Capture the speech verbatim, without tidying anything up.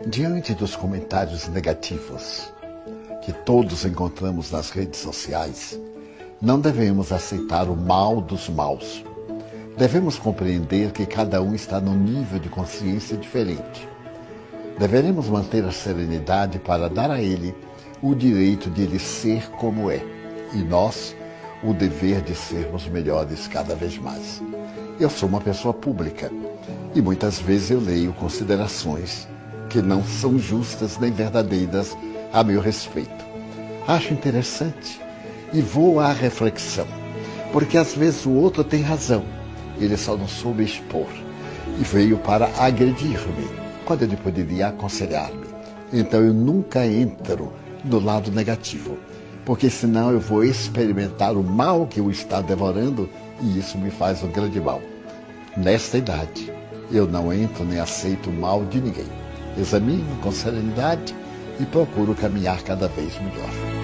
Diante dos comentários negativos que todos encontramos nas redes sociais, não devemos aceitar o mal dos maus. Devemos compreender que cada um está num nível de consciência diferente. Deveremos manter a serenidade para dar a ele o direito de ele ser como é, e nós o dever de sermos melhores cada vez mais. Eu sou uma pessoa pública e muitas vezes eu leio considerações que não são justas nem verdadeiras a meu respeito. Acho interessante e vou à reflexão, porque às vezes o outro tem razão, ele só não soube expor e veio para agredir-me, quando ele poderia aconselhar-me. Então eu nunca entro no lado negativo, porque senão eu vou experimentar o mal que o está devorando e isso me faz um grande mal. Nesta idade, eu não entro nem aceito o mal de ninguém. Examino com serenidade e procuro caminhar cada vez melhor.